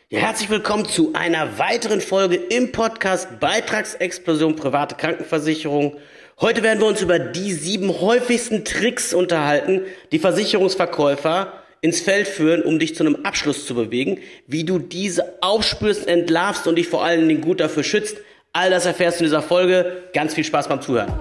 Ja, herzlich willkommen zu einer weiteren Folge im Podcast Beitragsexplosion private Krankenversicherung. Heute werden wir uns über die 7 häufigsten Tricks unterhalten, die Versicherungsverkäufer ins Feld führen, um dich zu einem Abschluss zu bewegen, wie du diese aufspürst, entlarvst und dich vor allen Dingen gut dafür schützt. All das erfährst du in dieser Folge. Ganz viel Spaß beim Zuhören.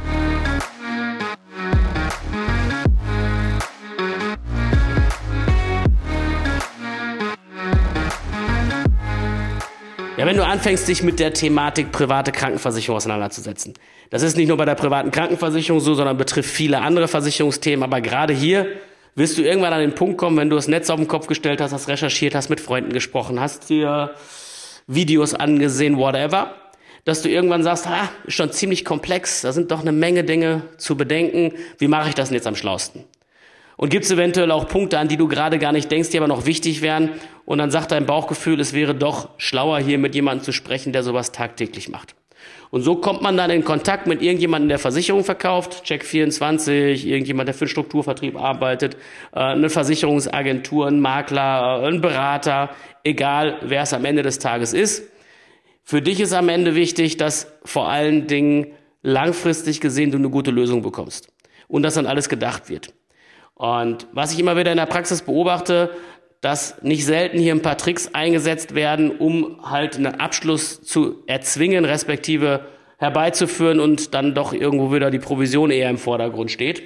Ja, wenn du anfängst, dich mit der Thematik private Krankenversicherung auseinanderzusetzen. Das ist nicht nur bei der privaten Krankenversicherung so, sondern betrifft viele andere Versicherungsthemen. Aber gerade hier wirst du irgendwann an den Punkt kommen, wenn du das Netz auf den Kopf gestellt hast, hast recherchiert, hast mit Freunden gesprochen, hast dir Videos angesehen, whatever, dass du irgendwann sagst, ist schon ziemlich komplex, da sind doch eine Menge Dinge zu bedenken. Wie mache ich das denn jetzt am schlausten? Und gibt es eventuell auch Punkte, an die du gerade gar nicht denkst, die aber noch wichtig wären. Und dann sagt dein Bauchgefühl, es wäre doch schlauer, hier mit jemandem zu sprechen, der sowas tagtäglich macht. Und so kommt man dann in Kontakt mit irgendjemandem, der Versicherung verkauft, Check24, irgendjemand, der für den Strukturvertrieb arbeitet, eine Versicherungsagentur, ein Makler, ein Berater, egal wer es am Ende des Tages ist. Für dich ist am Ende wichtig, dass vor allen Dingen langfristig gesehen du eine gute Lösung bekommst und dass dann alles gedacht wird. Und was ich immer wieder in der Praxis beobachte, dass nicht selten hier ein paar Tricks eingesetzt werden, um halt einen Abschluss zu erzwingen, respektive herbeizuführen und dann doch irgendwo wieder die Provision eher im Vordergrund steht.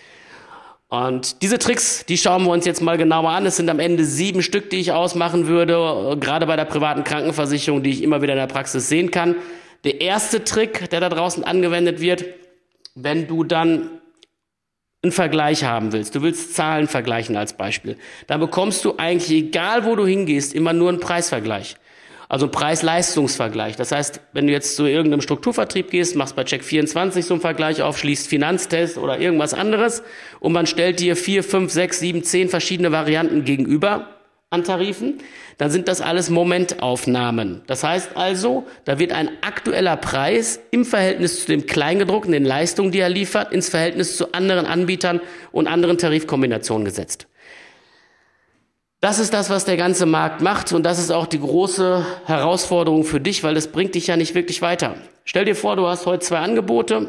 Und diese Tricks, die schauen wir uns jetzt mal genauer an. Es sind am Ende 7 Stück, die ich ausmachen würde, gerade bei der privaten Krankenversicherung, die ich immer wieder in der Praxis sehen kann. Der erste Trick, der da draußen angewendet wird, wenn du dann einen Vergleich haben willst, du willst Zahlen vergleichen als Beispiel, dann bekommst du eigentlich, egal wo du hingehst, immer nur einen Preisvergleich. Also einen Preis-Leistungs-Vergleich. Das heißt, wenn du jetzt zu irgendeinem Strukturvertrieb gehst, machst bei Check24 so einen Vergleich auf, schließt Finanztest oder irgendwas anderes und man stellt dir 4, 5, 6, 7, 10 verschiedene Varianten gegenüber an Tarifen, dann sind das alles Momentaufnahmen. Das heißt also, da wird ein aktueller Preis im Verhältnis zu dem Kleingedruckten, den Leistungen, die er liefert, ins Verhältnis zu anderen Anbietern und anderen Tarifkombinationen gesetzt. Das ist das, was der ganze Markt macht und das ist auch die große Herausforderung für dich, weil das bringt dich ja nicht wirklich weiter. Stell dir vor, du hast heute 2 Angebote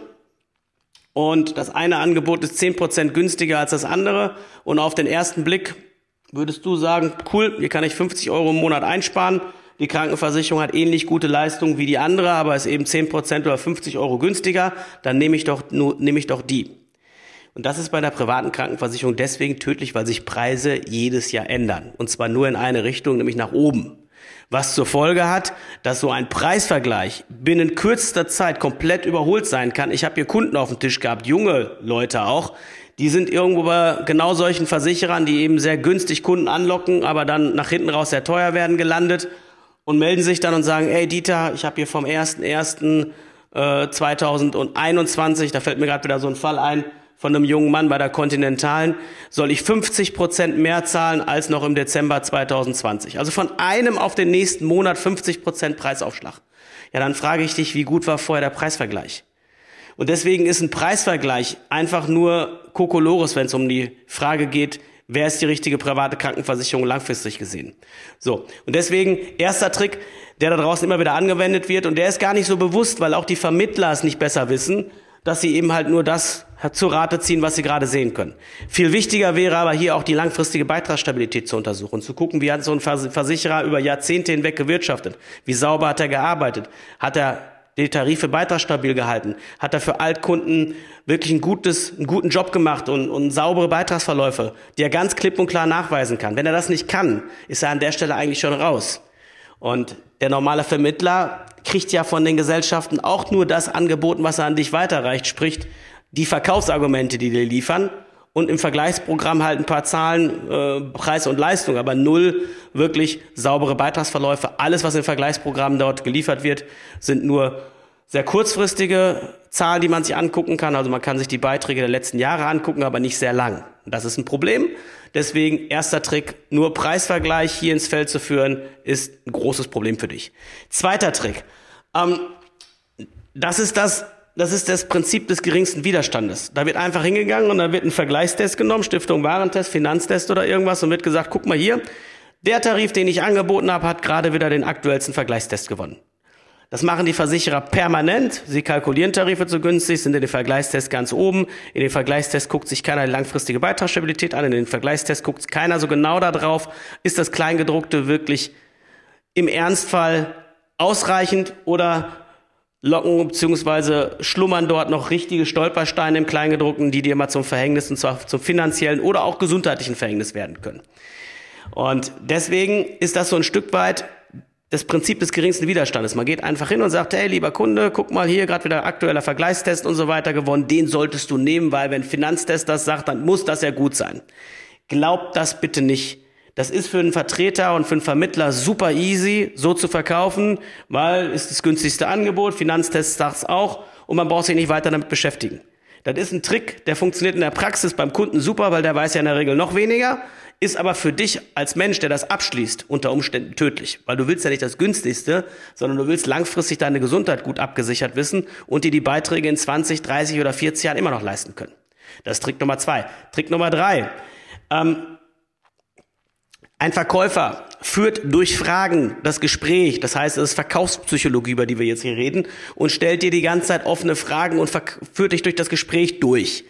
und das eine Angebot ist 10% günstiger als das andere und auf den ersten Blick würdest du sagen, cool, hier kann ich 50 € im Monat einsparen, die Krankenversicherung hat ähnlich gute Leistungen wie die andere, aber ist eben 10% oder 50 € günstiger, dann nehme ich doch die. Und das ist bei der privaten Krankenversicherung deswegen tödlich, weil sich Preise jedes Jahr ändern. Und zwar nur in eine Richtung, nämlich nach oben. Was zur Folge hat, dass so ein Preisvergleich binnen kürzester Zeit komplett überholt sein kann. Ich habe hier Kunden auf dem Tisch gehabt, junge Leute auch, die sind irgendwo bei genau solchen Versicherern, die eben sehr günstig Kunden anlocken, aber dann nach hinten raus sehr teuer werden, gelandet und melden sich dann und sagen, ey Dieter, ich habe hier vom 01.01.2021, da fällt mir gerade wieder so ein Fall ein, von einem jungen Mann bei der Continentalen, soll ich 50% mehr zahlen als noch im Dezember 2020. Also von einem auf den nächsten Monat 50% Preisaufschlag. Ja, dann frage ich dich, wie gut war vorher der Preisvergleich? Und deswegen ist ein Preisvergleich einfach nur Kokolores, wenn es um die Frage geht, wer ist die richtige private Krankenversicherung langfristig gesehen. So, und deswegen erster Trick, der da draußen immer wieder angewendet wird und der ist gar nicht so bewusst, weil auch die Vermittler es nicht besser wissen, dass sie eben halt nur das zur Rate ziehen, was sie gerade sehen können. Viel wichtiger wäre aber hier auch die langfristige Beitragsstabilität zu untersuchen, zu gucken, wie hat so ein Versicherer über Jahrzehnte hinweg gewirtschaftet, wie sauber hat er gearbeitet, hat er die Tarife beitragsstabil gehalten, hat er für Altkunden wirklich einen guten Job gemacht und saubere Beitragsverläufe, die er ganz klipp und klar nachweisen kann. Wenn er das nicht kann, ist er an der Stelle eigentlich schon raus. Und der normale Vermittler kriegt ja von den Gesellschaften auch nur das angeboten, was er an dich weiterreicht, sprich die Verkaufsargumente, die dir liefern und im Vergleichsprogramm halt ein paar Zahlen, Preis und Leistung, aber 0 wirklich saubere Beitragsverläufe. Alles, was im Vergleichsprogramm dort geliefert wird, sind nur sehr kurzfristige Zahlen, die man sich angucken kann. Also man kann sich die Beiträge der letzten Jahre angucken, aber nicht sehr lang. Das ist ein Problem. Deswegen erster Trick, nur Preisvergleich hier ins Feld zu führen, ist ein großes Problem für dich. Zweiter Trick, das ist das Prinzip des geringsten Widerstandes. Da wird einfach hingegangen und da wird ein Vergleichstest genommen, Stiftung Warentest, Finanztest oder irgendwas und wird gesagt, guck mal hier, Der Tarif, den ich angeboten habe, hat gerade wieder den aktuellsten Vergleichstest gewonnen. Das machen die Versicherer permanent. Sie kalkulieren Tarife zu günstig, sind in den Vergleichstest ganz oben. In den Vergleichstest guckt sich keiner die langfristige Beitragsstabilität an. In den Vergleichstest guckt keiner so genau da drauf. Ist das Kleingedruckte wirklich im Ernstfall ausreichend oder locken bzw. schlummern dort noch richtige Stolpersteine im Kleingedruckten, die dir mal zum Verhängnis und zwar zum finanziellen oder auch gesundheitlichen Verhängnis werden können. Und deswegen ist das so ein Stück weit das Prinzip des geringsten Widerstandes. Man geht einfach hin und sagt, hey, lieber Kunde, guck mal hier, gerade wieder aktueller Vergleichstest und so weiter gewonnen, den solltest du nehmen, weil wenn Finanztest das sagt, dann muss das ja gut sein. Glaubt das bitte nicht. Das ist für einen Vertreter und für einen Vermittler super easy, so zu verkaufen, weil ist das günstigste Angebot, Finanztest sagt's auch und man braucht sich nicht weiter damit beschäftigen. Das ist ein Trick, der funktioniert in der Praxis beim Kunden super, weil der weiß ja in der Regel noch weniger, ist aber für dich als Mensch, der das abschließt, unter Umständen tödlich. Weil du willst ja nicht das günstigste, sondern du willst langfristig deine Gesundheit gut abgesichert wissen und dir die Beiträge in 20, 30 oder 40 Jahren immer noch leisten können. Das ist Trick Nummer 2. Trick Nummer 3. Ein Verkäufer führt durch Fragen das Gespräch, das heißt, es ist Verkaufspsychologie, über die wir jetzt hier reden, und stellt dir die ganze Zeit offene Fragen und führt dich durch das Gespräch durch.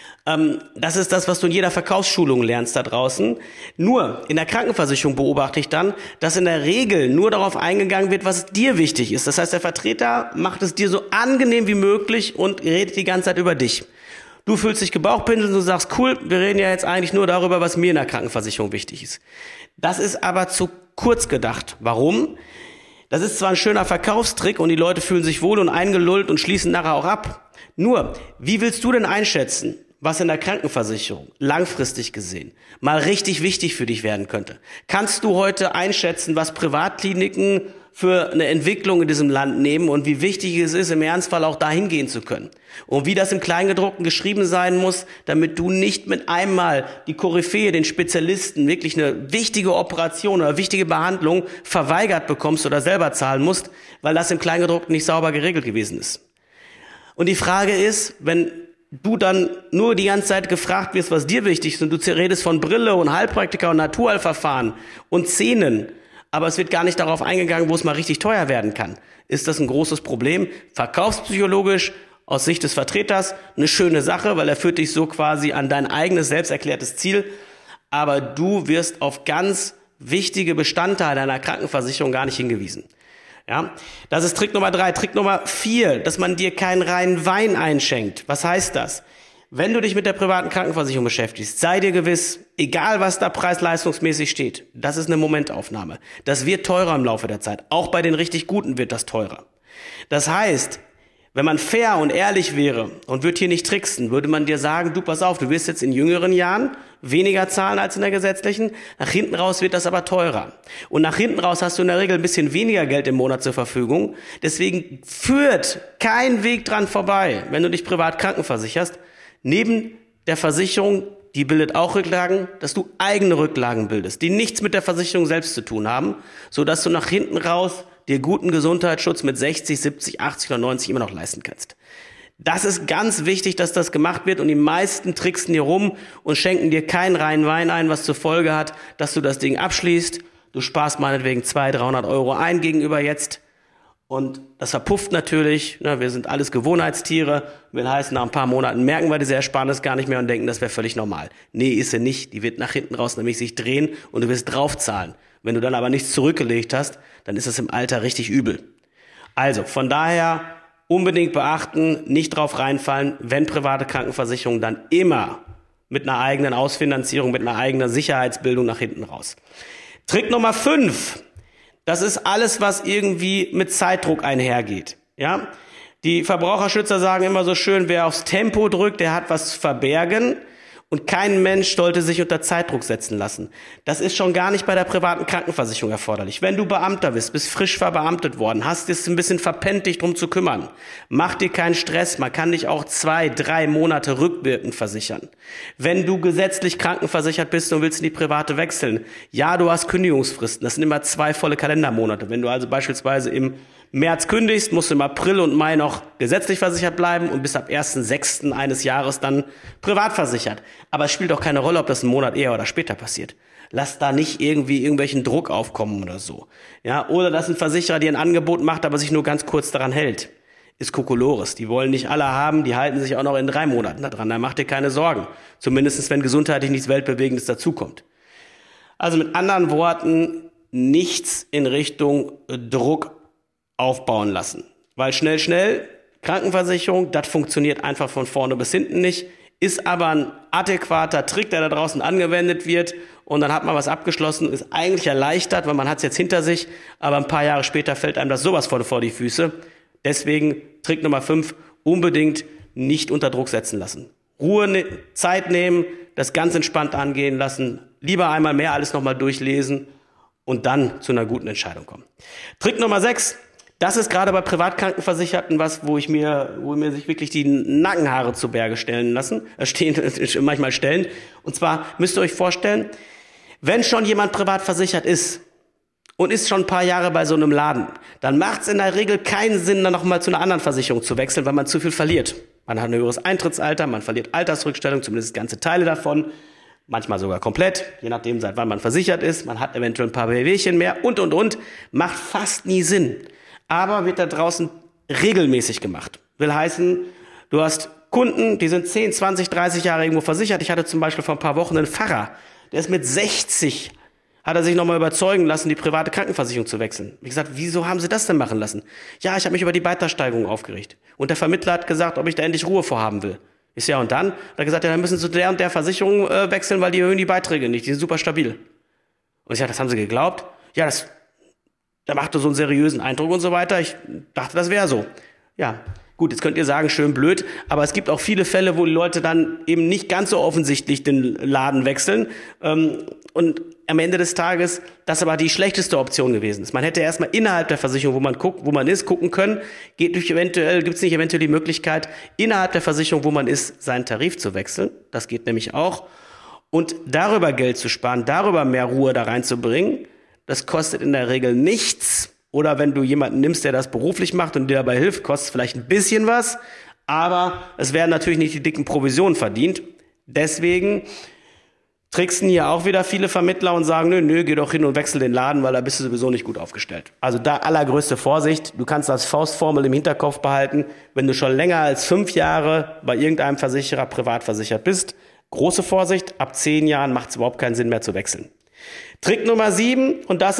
Das ist das, was du in jeder Verkaufsschulung lernst da draußen. Nur in der Krankenversicherung beobachte ich dann, dass in der Regel nur darauf eingegangen wird, was dir wichtig ist. Das heißt, der Vertreter macht es dir so angenehm wie möglich und redet die ganze Zeit über dich. Du fühlst dich gebauchpinselt und du sagst, cool, wir reden ja jetzt eigentlich nur darüber, was mir in der Krankenversicherung wichtig ist. Das ist aber zu kurz gedacht. Warum? Das ist zwar ein schöner Verkaufstrick und die Leute fühlen sich wohl und eingelullt und schließen nachher auch ab. Nur, wie willst du denn einschätzen, was in der Krankenversicherung langfristig gesehen mal richtig wichtig für dich werden könnte? Kannst du heute einschätzen, was Privatkliniken für eine Entwicklung in diesem Land nehmen und wie wichtig es ist, im Ernstfall auch dahin gehen zu können? Und wie das im Kleingedruckten geschrieben sein muss, damit du nicht mit einmal die Koryphäe, den Spezialisten, wirklich eine wichtige Operation oder wichtige Behandlung verweigert bekommst oder selber zahlen musst, weil das im Kleingedruckten nicht sauber geregelt gewesen ist. Und die Frage ist, wenn du dann nur die ganze Zeit gefragt wirst, was dir wichtig ist, und du redest von Brille und Heilpraktika und Naturheilverfahren und Zähnen, aber es wird gar nicht darauf eingegangen, wo es mal richtig teuer werden kann. Ist das ein großes Problem? Verkaufspsychologisch, aus Sicht des Vertreters, eine schöne Sache, weil er führt dich so quasi an dein eigenes, selbst erklärtes Ziel. Aber du wirst auf ganz wichtige Bestandteile deiner Krankenversicherung gar nicht hingewiesen. Ja, das ist Trick Nummer 3. Trick Nummer 4, dass man dir keinen reinen Wein einschenkt. Was heißt das? Wenn du dich mit der privaten Krankenversicherung beschäftigst, sei dir gewiss, egal was da preis-leistungsmäßig steht, das ist eine Momentaufnahme. Das wird teurer im Laufe der Zeit. Auch bei den richtig Guten wird das teurer. Das heißt, wenn man fair und ehrlich wäre und würde hier nicht tricksen, würde man dir sagen, du pass auf, du wirst jetzt in jüngeren Jahren weniger zahlen als in der gesetzlichen, nach hinten raus wird das aber teurer. Und nach hinten raus hast du in der Regel ein bisschen weniger Geld im Monat zur Verfügung. Deswegen führt kein Weg dran vorbei, wenn du dich privat krankenversicherst, neben der Versicherung, die bildet auch Rücklagen, dass du eigene Rücklagen bildest, die nichts mit der Versicherung selbst zu tun haben, sodass du nach hinten raus dir guten Gesundheitsschutz mit 60, 70, 80 oder 90 immer noch leisten kannst. Das ist ganz wichtig, dass das gemacht wird und die meisten tricksen hier rum und schenken dir keinen reinen Wein ein, was zur Folge hat, dass du das Ding abschließt. Du sparst meinetwegen 200, 300 Euro ein gegenüber jetzt und das verpufft natürlich. Wir sind alles Gewohnheitstiere. Will heißen, nach ein paar Monaten merken wir diese Ersparnis gar nicht mehr und denken, das wäre völlig normal. Nee, ist sie nicht. Die wird nach hinten raus nämlich sich drehen und du wirst draufzahlen. Wenn du dann aber nichts zurückgelegt hast, dann ist das im Alter richtig übel. Also, von daher unbedingt beachten, nicht drauf reinfallen, wenn private Krankenversicherung, dann immer mit einer eigenen Ausfinanzierung, mit einer eigenen Sicherheitsbildung nach hinten raus. Trick Nummer 5, das ist alles, was irgendwie mit Zeitdruck einhergeht. Ja? Die Verbraucherschützer sagen immer so schön, wer aufs Tempo drückt, der hat was zu verbergen. Und kein Mensch sollte sich unter Zeitdruck setzen lassen. Das ist schon gar nicht bei der privaten Krankenversicherung erforderlich. Wenn du Beamter bist frisch verbeamtet worden, hast es ein bisschen verpennt, dich drum zu kümmern. Mach dir keinen Stress, man kann dich auch 2, 3 Monate rückwirkend versichern. Wenn du gesetzlich krankenversichert bist und willst in die private wechseln, ja, du hast Kündigungsfristen, das sind immer 2 volle Kalendermonate. Wenn du also beispielsweise im März kündigst, musst du im April und Mai noch gesetzlich versichert bleiben und bis ab 1.6. eines Jahres dann privat versichert. Aber es spielt auch keine Rolle, ob das einen Monat eher oder später passiert. Lass da nicht irgendwie irgendwelchen Druck aufkommen oder so. Ja, oder dass ein Versicherer dir ein Angebot macht, aber sich nur ganz kurz daran hält. Ist Kokolores. Die wollen nicht alle haben, die halten sich auch noch in 3 Monaten daran. Da mach dir keine Sorgen. Zumindest wenn gesundheitlich nichts Weltbewegendes dazukommt. Also mit anderen Worten, nichts in Richtung Druck aufbauen lassen. Weil schnell, Krankenversicherung, das funktioniert einfach von vorne bis hinten nicht, ist aber ein adäquater Trick, der da draußen angewendet wird und dann hat man was abgeschlossen, ist eigentlich erleichtert, weil man hat es jetzt hinter sich, aber ein paar Jahre später fällt einem das sowas vor die Füße. Deswegen Trick Nummer 5, unbedingt nicht unter Druck setzen lassen. Ruhe, Zeit nehmen, das ganz entspannt angehen lassen, lieber einmal mehr alles nochmal durchlesen und dann zu einer guten Entscheidung kommen. Trick Nummer 6, das ist gerade bei Privatkrankenversicherten was, wo mir sich wirklich die Nackenhaare zu Berge manchmal stellen. Und zwar müsst ihr euch vorstellen, wenn schon jemand privat versichert ist und ist schon ein paar Jahre bei so einem Laden, dann macht es in der Regel keinen Sinn, dann nochmal zu einer anderen Versicherung zu wechseln, weil man zu viel verliert. Man hat ein höheres Eintrittsalter, man verliert Altersrückstellung, zumindest ganze Teile davon, manchmal sogar komplett, je nachdem, seit wann man versichert ist. Man hat eventuell ein paar Wehwehchen mehr und. Macht fast nie Sinn. Aber wird da draußen regelmäßig gemacht. Will heißen, du hast Kunden, die sind 10, 20, 30 Jahre irgendwo versichert. Ich hatte zum Beispiel vor ein paar Wochen einen Pfarrer, der ist mit 60, hat er sich nochmal überzeugen lassen, die private Krankenversicherung zu wechseln. Wie gesagt, wieso haben sie das denn machen lassen? Ja, ich habe mich über die Beitragssteigerung aufgeregt. Und der Vermittler hat gesagt, ob ich da endlich Ruhe vorhaben will. Ist ja und dann? Hat er gesagt, ja, dann müssen sie zu der und der Versicherung wechseln, weil die erhöhen die Beiträge nicht, die sind super stabil. Und ich sage, das haben sie geglaubt? Ja, der machte so einen seriösen Eindruck und so weiter. Ich dachte, das wäre so. Ja, gut, jetzt könnt ihr sagen, schön blöd, aber es gibt auch viele Fälle, wo die Leute dann eben nicht ganz so offensichtlich den Laden wechseln und am Ende des Tages das aber die schlechteste Option gewesen ist. Man hätte erstmal innerhalb der Versicherung, wo man ist, gucken können, gibt es nicht eventuell die Möglichkeit, innerhalb der Versicherung, wo man ist, seinen Tarif zu wechseln. Das geht nämlich auch. Und darüber Geld zu sparen, darüber mehr Ruhe da reinzubringen, das kostet in der Regel nichts. Oder wenn du jemanden nimmst, der das beruflich macht und dir dabei hilft, kostet es vielleicht ein bisschen was. Aber es werden natürlich nicht die dicken Provisionen verdient. Deswegen tricksen hier auch wieder viele Vermittler und sagen, nö, geh doch hin und wechsel den Laden, weil da bist du sowieso nicht gut aufgestellt. Also da allergrößte Vorsicht. Du kannst das Faustformel im Hinterkopf behalten. Wenn du schon länger als 5 Jahre bei irgendeinem Versicherer privat versichert bist, große Vorsicht. Ab 10 Jahren macht es überhaupt keinen Sinn mehr zu wechseln. Trick Nummer 7, und das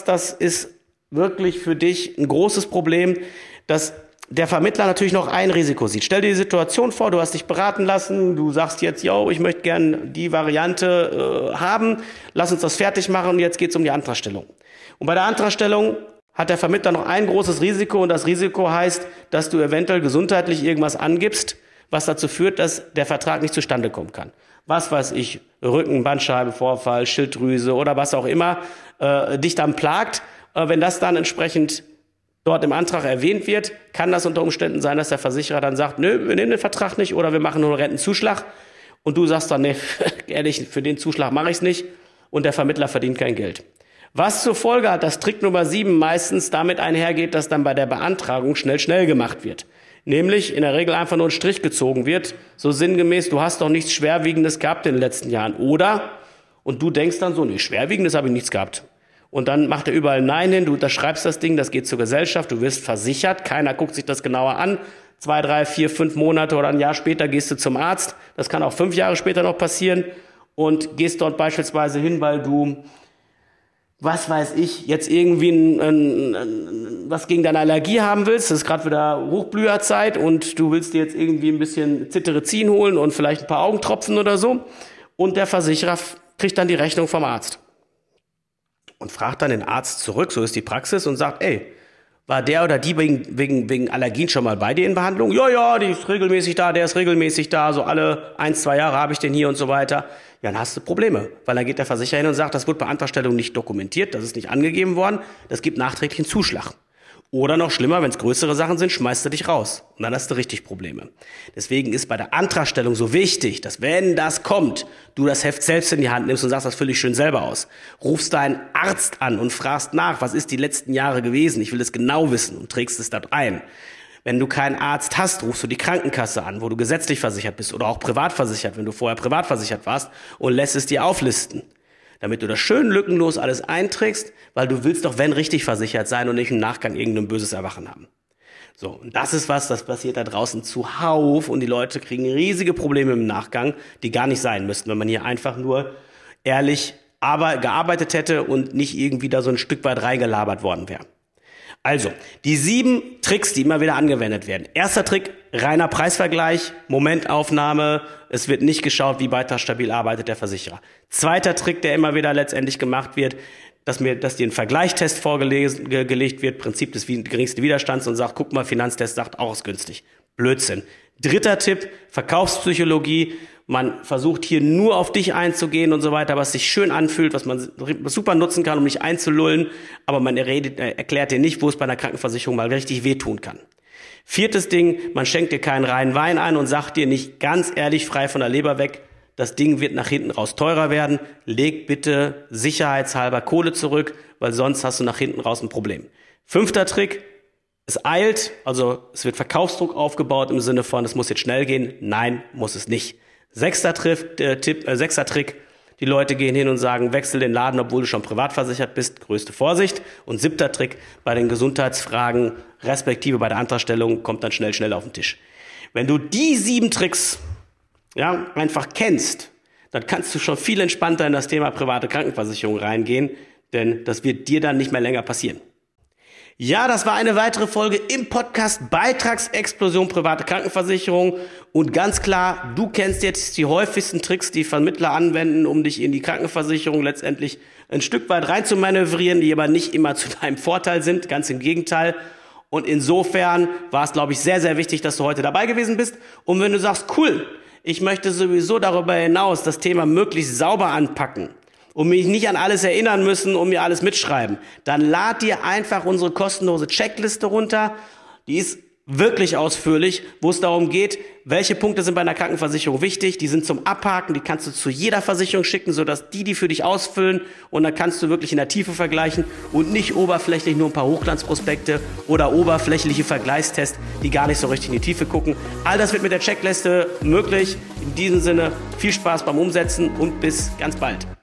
ist wirklich für dich ein großes Problem, dass der Vermittler natürlich noch ein Risiko sieht. Stell dir die Situation vor, du hast dich beraten lassen, du sagst jetzt, ich möchte gern die Variante haben, lass uns das fertig machen und jetzt geht's um die Antragstellung. Und bei der Antragstellung hat der Vermittler noch ein großes Risiko und das Risiko heißt, dass du eventuell gesundheitlich irgendwas angibst, was dazu führt, dass der Vertrag nicht zustande kommen kann. Was weiß ich, Rücken, Bandscheibenvorfall, Schilddrüse oder was auch immer dich dann plagt. Wenn das dann entsprechend dort im Antrag erwähnt wird, kann das unter Umständen sein, dass der Versicherer dann sagt, nö, wir nehmen den Vertrag nicht oder wir machen nur einen Rentenzuschlag. Und du sagst dann, nee, ehrlich, für den Zuschlag mache ich es nicht und der Vermittler verdient kein Geld. Was zur Folge hat, dass Trick Nummer 7 meistens damit einhergeht, dass dann bei der Beantragung schnell gemacht wird. Nämlich in der Regel einfach nur ein Strich gezogen wird, so sinngemäß, du hast doch nichts Schwerwiegendes gehabt in den letzten Jahren, oder? Und du denkst dann so, nee, Schwerwiegendes habe ich nichts gehabt. Und dann macht er überall Nein hin, du unterschreibst das Ding, das geht zur Gesellschaft, du wirst versichert, keiner guckt sich das genauer an. 2, 3, 4, 5 Monate oder ein Jahr später gehst du zum Arzt, das kann auch 5 Jahre später noch passieren und gehst dort beispielsweise hin, weil du, was weiß ich, jetzt irgendwie was gegen deine Allergie haben willst, das ist gerade wieder Hochblüherzeit und du willst dir jetzt irgendwie ein bisschen Cetirizin holen und vielleicht ein paar Augentropfen oder so und der Versicherer kriegt dann die Rechnung vom Arzt. Und fragt dann den Arzt zurück, so ist die Praxis, und sagt, war der oder die wegen Allergien schon mal bei dir in Behandlung? Ja, die ist regelmäßig da, der ist regelmäßig da, so alle 1, 2 Jahre habe ich den hier und so weiter. Ja, dann hast du Probleme, weil dann geht der Versicherer hin und sagt, das wird bei Antragstellung nicht dokumentiert, das ist nicht angegeben worden, das gibt nachträglich einen Zuschlag. Oder noch schlimmer, wenn es größere Sachen sind, schmeißt er dich raus. Und dann hast du richtig Probleme. Deswegen ist bei der Antragstellung so wichtig, dass wenn das kommt, du das Heft selbst in die Hand nimmst und sagst, das fülle ich schön selber aus. Rufst deinen Arzt an und fragst nach, was ist die letzten Jahre gewesen? Ich will das genau wissen und trägst es dort ein. Wenn du keinen Arzt hast, rufst du die Krankenkasse an, wo du gesetzlich versichert bist oder auch privat versichert, wenn du vorher privat versichert warst, und lässt es dir auflisten. damit du das schön lückenlos alles einträgst, weil du willst doch, wenn, richtig versichert sein und nicht im Nachgang irgendein böses Erwachen haben. So, und das ist was, das passiert da draußen zuhauf und die Leute kriegen riesige Probleme im Nachgang, die gar nicht sein müssten, wenn man hier einfach nur ehrlich gearbeitet hätte und nicht irgendwie da so ein Stück weit reingelabert worden wäre. Also, die 7 Tricks, die immer wieder angewendet werden. Erster Trick, reiner Preisvergleich, Momentaufnahme. Es wird nicht geschaut, wie beitragsstabil arbeitet der Versicherer. Zweiter Trick, der immer wieder letztendlich gemacht wird, dass dir ein Vergleichstest vorgelegt wird, Prinzip des geringsten Widerstands und sagt, guck mal, Finanztest sagt auch, ist günstig. Blödsinn. Dritter Tipp, Verkaufspsychologie. Man versucht hier nur auf dich einzugehen und so weiter, was sich schön anfühlt, was man super nutzen kann, um nicht einzulullen. Aber man erklärt dir nicht, wo es bei einer Krankenversicherung mal richtig wehtun kann. Viertes Ding, man schenkt dir keinen reinen Wein ein und sagt dir nicht ganz ehrlich frei von der Leber weg, das Ding wird nach hinten raus teurer werden. Leg bitte sicherheitshalber Kohle zurück, weil sonst hast du nach hinten raus ein Problem. Fünfter Trick, es eilt, also es wird Verkaufsdruck aufgebaut im Sinne von, es muss jetzt schnell gehen. Nein, muss es nicht. Sechster Trick, die Leute gehen hin und sagen, wechsel den Laden, obwohl du schon privat versichert bist, größte Vorsicht. Und 7. Trick, bei den Gesundheitsfragen, respektive bei der Antragstellung, kommt dann schnell auf den Tisch. Wenn du die 7 Tricks einfach kennst, dann kannst du schon viel entspannter in das Thema private Krankenversicherung reingehen, denn das wird dir dann nicht mehr länger passieren. Ja, das war eine weitere Folge im Podcast Beitragsexplosion private Krankenversicherung. Und ganz klar, du kennst jetzt die häufigsten Tricks, die Vermittler anwenden, um dich in die Krankenversicherung letztendlich ein Stück weit rein zu manövrieren, die aber nicht immer zu deinem Vorteil sind, ganz im Gegenteil. Und insofern war es, glaube ich, sehr, sehr wichtig, dass du heute dabei gewesen bist. Und wenn du sagst, cool, ich möchte sowieso darüber hinaus das Thema möglichst sauber anpacken und mich nicht an alles erinnern müssen und mir alles mitschreiben, dann lad dir einfach unsere kostenlose Checkliste runter. Die ist wirklich ausführlich, wo es darum geht, welche Punkte sind bei einer Krankenversicherung wichtig. Die sind zum Abhaken, die kannst du zu jeder Versicherung schicken, sodass die für dich ausfüllen und dann kannst du wirklich in der Tiefe vergleichen und nicht oberflächlich nur ein paar Hochglanzprospekte oder oberflächliche Vergleichstests, die gar nicht so richtig in die Tiefe gucken. All das wird mit der Checkliste möglich. In diesem Sinne viel Spaß beim Umsetzen und bis ganz bald.